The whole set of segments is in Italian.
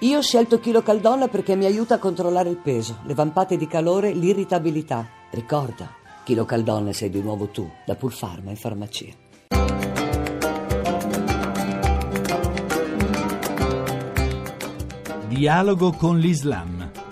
Io ho scelto KiloCaldonna perché mi aiuta a controllare il peso, le vampate di calore, l'irritabilità. Ricorda, KiloCaldonna sei di nuovo tu, da Pulpharma in farmacia. Dialogo con l'Islam.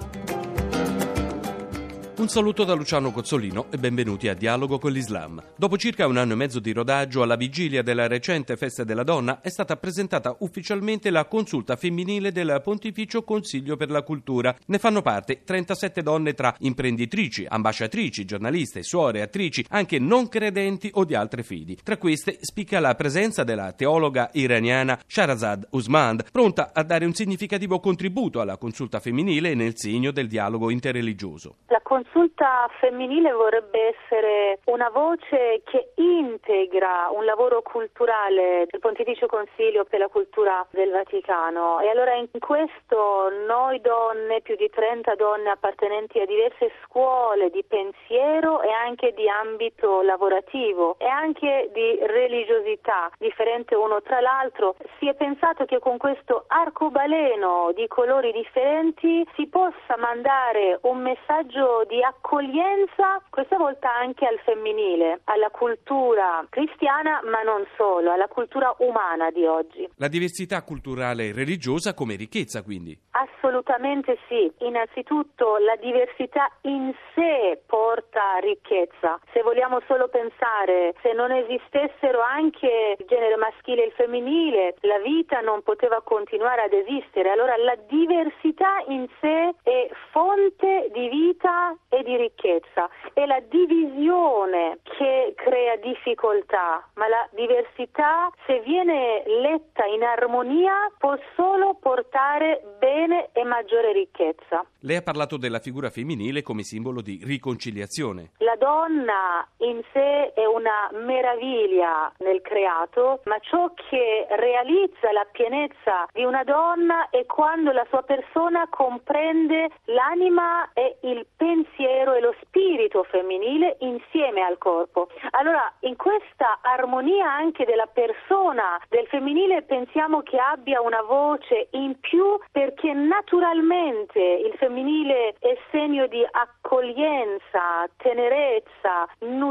Un saluto da Luciano Cozzolino e benvenuti a Dialogo con l'Islam. Dopo circa 1 anno e mezzo di rodaggio, alla vigilia della recente Festa della Donna, è stata presentata ufficialmente la consulta femminile del Pontificio Consiglio per la Cultura. Ne fanno parte 37 donne tra imprenditrici, ambasciatrici, giornaliste, suore, attrici, anche non credenti o di altre fedi. Tra queste spicca la presenza della teologa iraniana Shahrazad Usman, pronta a dare un significativo contributo alla consulta femminile nel segno del dialogo interreligioso. La consulta femminile vorrebbe essere una voce che integra un lavoro culturale del Pontificio Consiglio per la Cultura del Vaticano, e allora in questo noi donne, più di 30 donne appartenenti a diverse scuole di pensiero e anche di ambito lavorativo e anche di religiosità differente uno tra l'altro, si è pensato che con questo arcobaleno di colori differenti si possa mandare un messaggio di accoglienza, questa volta anche al femminile, alla cultura cristiana, ma non solo, alla cultura umana di oggi. La diversità culturale e religiosa come ricchezza, quindi? Assolutamente sì. Innanzitutto la diversità in sé porta ricchezza. Se vogliamo solo pensare, se non esistessero anche il genere maschile e il femminile, la vita non poteva continuare ad esistere. Allora la diversità in sé è fonte di vita e di ricchezza. È la divisione che crea difficoltà, ma la diversità, se viene letta in armonia, può solo portare bene e maggiore ricchezza. Lei ha parlato della figura femminile come simbolo di riconciliazione. La donna in sé è una meraviglia nel creato, ma ciò che realizza la pienezza di una donna è quando la sua persona comprende l'anima e il pensiero e lo spirito femminile insieme al corpo. Allora, in questa armonia anche della persona del femminile pensiamo che abbia una voce in più, perché naturalmente il femminile è segno di accoglienza, tenerezza,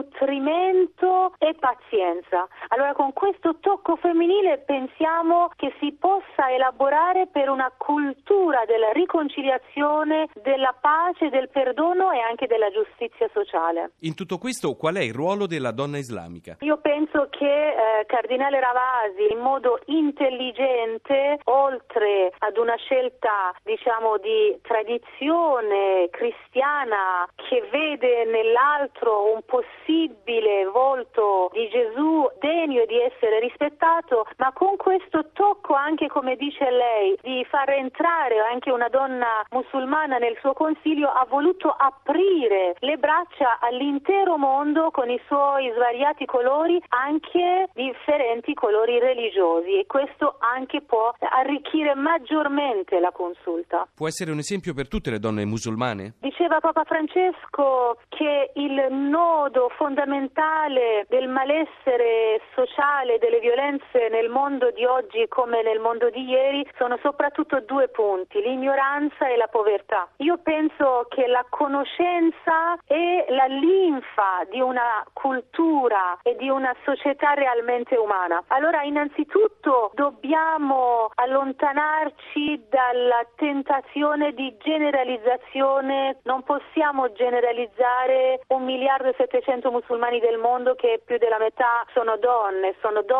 nutrimento e pazienza. Allora con questo tocco femminile pensiamo che si possa elaborare per una cultura della riconciliazione, della pace, del perdono e anche della giustizia sociale. In tutto questo, qual è il ruolo della donna islamica? Io penso che Cardinale Ravasi, in modo intelligente, oltre ad una scelta, diciamo, di tradizione cristiana che vede nell'altro un possibile volto di Gesù degno di essere rispettato, ma con questo tocco anche, come dice lei, di far entrare anche una donna musulmana nel suo consiglio, ha voluto aprire le braccia all'intero mondo con i suoi svariati colori, anche differenti colori religiosi, e questo anche può arricchire maggiormente la consulta. Può essere un esempio per tutte le donne musulmane? Diceva Papa Francesco che il nodo fondamentale del malessere sociale, delle violenze nel mondo di oggi come nel mondo di ieri sono soprattutto 2 punti: l'ignoranza e la povertà. Io penso che la conoscenza è la linfa di una cultura e di una società realmente umana. Allora innanzitutto dobbiamo allontanarci dalla tentazione di generalizzazione. Non possiamo generalizzare 1.700.000.000 musulmani del mondo, che più della metà sono donne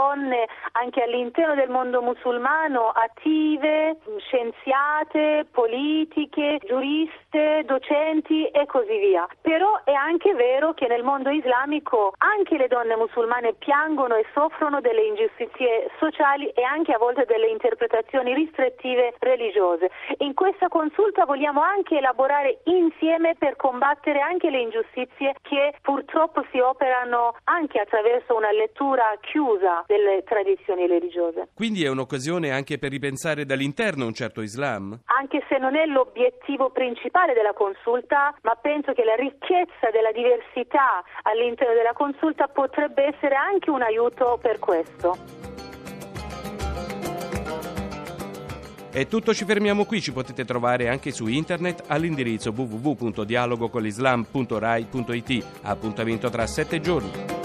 anche all'interno del mondo musulmano, attive, scienziate, politiche, giuriste, docenti e così via. Però è anche vero che nel mondo islamico anche le donne musulmane piangono e soffrono delle ingiustizie sociali e anche a volte delle interpretazioni restrittive religiose. In questa consulta vogliamo anche elaborare insieme per combattere anche le ingiustizie che purtroppo si operano anche attraverso una lettura chiusa delle tradizioni religiose. Quindi è un'occasione anche per ripensare dall'interno un certo Islam? Anche se non è l'obiettivo principale della consulta, ma penso che la ricchezza della diversità all'interno della consulta potrebbe essere anche un aiuto per questo. È tutto, ci fermiamo qui, ci potete trovare anche su internet all'indirizzo www.dialogocolislam.rai.it. Appuntamento tra 7 giorni.